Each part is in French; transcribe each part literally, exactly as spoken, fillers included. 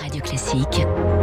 Radio Classique,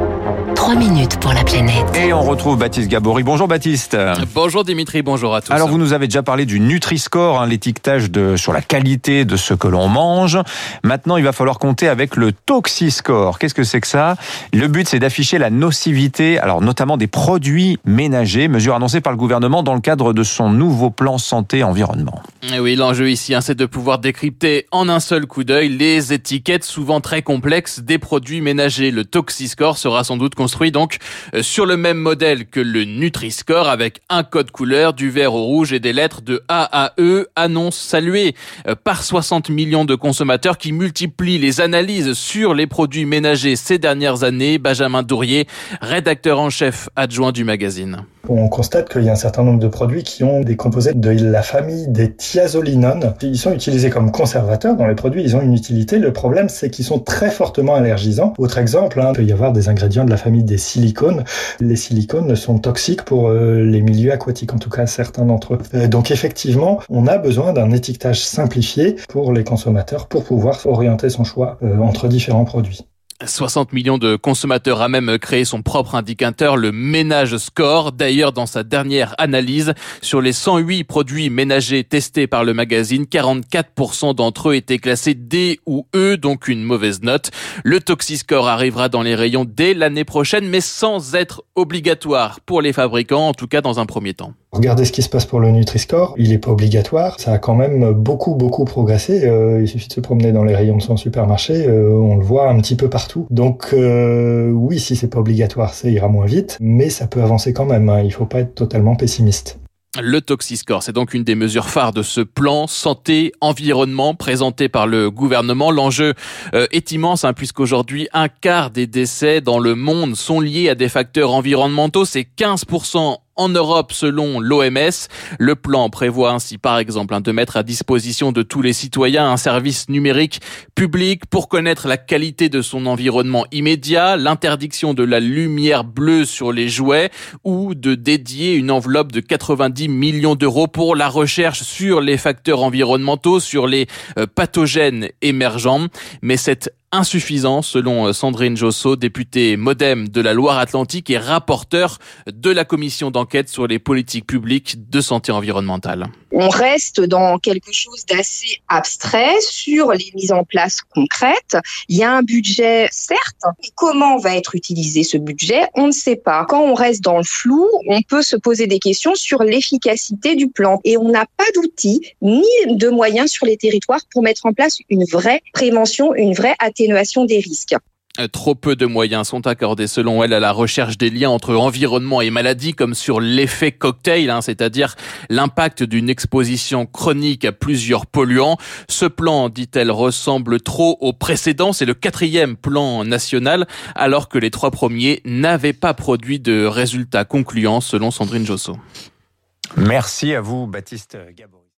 trois minutes pour la planète. Et on retrouve Baptiste Gabory. Bonjour Baptiste. Bonjour Dimitri, bonjour à tous. Alors vous nous avez déjà parlé du Nutri-Score, hein, l'étiquetage de, sur la qualité de ce que l'on mange. Maintenant, il va falloir compter avec le Toxi-Score. Qu'est-ce que c'est que ça ? Le but, c'est d'afficher la nocivité, alors notamment des produits ménagers, mesure annoncée par le gouvernement dans le cadre de son nouveau plan santé-environnement. Et oui, l'enjeu ici, hein, c'est de pouvoir décrypter en un seul coup d'œil les étiquettes souvent très complexes des produits ménagers. Le Toxi-Score sera sans doute construit donc euh, sur le même modèle que le Nutri-Score, avec un code couleur du vert au rouge et des lettres de A à E, annonce saluée euh, par soixante millions de consommateurs qui multiplient les analyses sur les produits ménagers ces dernières années. Benjamin Dourier, rédacteur en chef adjoint du magazine. On constate qu'il y a un certain nombre de produits qui ont des composés de la famille des thiazolinones. Ils sont utilisés comme conservateurs dans les produits, ils ont une utilité. Le problème, c'est qu'ils sont très fortement allergisants. Autre exemple, hein, il peut y avoir des ingrédients de la famille des silicones. Les silicones sont toxiques pour euh, les milieux aquatiques, en tout cas certains d'entre eux. Euh, donc effectivement, on a besoin d'un étiquetage simplifié pour les consommateurs pour pouvoir orienter son choix euh, entre différents produits. soixante millions de consommateurs a même créé son propre indicateur, le Ménage Score. D'ailleurs, dans sa dernière analyse, sur les cent huit produits ménagers testés par le magazine, quarante-quatre pour cent d'entre eux étaient classés D ou E, donc une mauvaise note. Le Toxi-Score arrivera dans les rayons dès l'année prochaine, mais sans être obligatoire pour les fabricants, en tout cas dans un premier temps. Regardez ce qui se passe pour le Nutri-Score, il n'est pas obligatoire, ça a quand même beaucoup beaucoup progressé, euh, il suffit de se promener dans les rayons de son supermarché, euh, on le voit un petit peu partout. Donc euh, oui, si c'est pas obligatoire, ça ira moins vite, mais ça peut avancer quand même, hein. Il faut pas être totalement pessimiste. Le Toxi-Score, c'est donc une des mesures phares de ce plan santé-environnement présenté par le gouvernement. L'enjeu euh, est immense, hein, puisqu'aujourd'hui, un quart des décès dans le monde sont liés à des facteurs environnementaux. C'est quinze pour cent en Europe selon l'O M S. Le plan prévoit ainsi par exemple hein, de mettre à disposition de tous les citoyens un service numérique public pour connaître la qualité de son environnement immédiat, l'interdiction de la lumière bleue sur les jouets ou de dédier une enveloppe de quatre-vingt-dix millions d'euros pour la recherche sur les facteurs environnementaux, sur les euh, pathogènes émergents. Mais cette insuffisant, selon Sandrine Josso, députée MoDem de la Loire-Atlantique et rapporteure de la commission d'enquête sur les politiques publiques de santé environnementale. On reste dans quelque chose d'assez abstrait sur les mises en place concrètes. Il y a un budget, certes, mais comment va être utilisé ce budget ? On ne sait pas. Quand on reste dans le flou, on peut se poser des questions sur l'efficacité du plan. Et on n'a pas d'outils ni de moyens sur les territoires pour mettre en place une vraie prévention, une vraie atténuation des risques. Trop peu de moyens sont accordés, selon elle, à la recherche des liens entre environnement et maladie, comme sur l'effet cocktail, hein, c'est-à-dire l'impact d'une exposition chronique à plusieurs polluants. Ce plan, dit-elle, ressemble trop au précédent. C'est le quatrième plan national, alors que les trois premiers n'avaient pas produit de résultats concluants, selon Sandrine Josso. Merci à vous, Baptiste Gabory.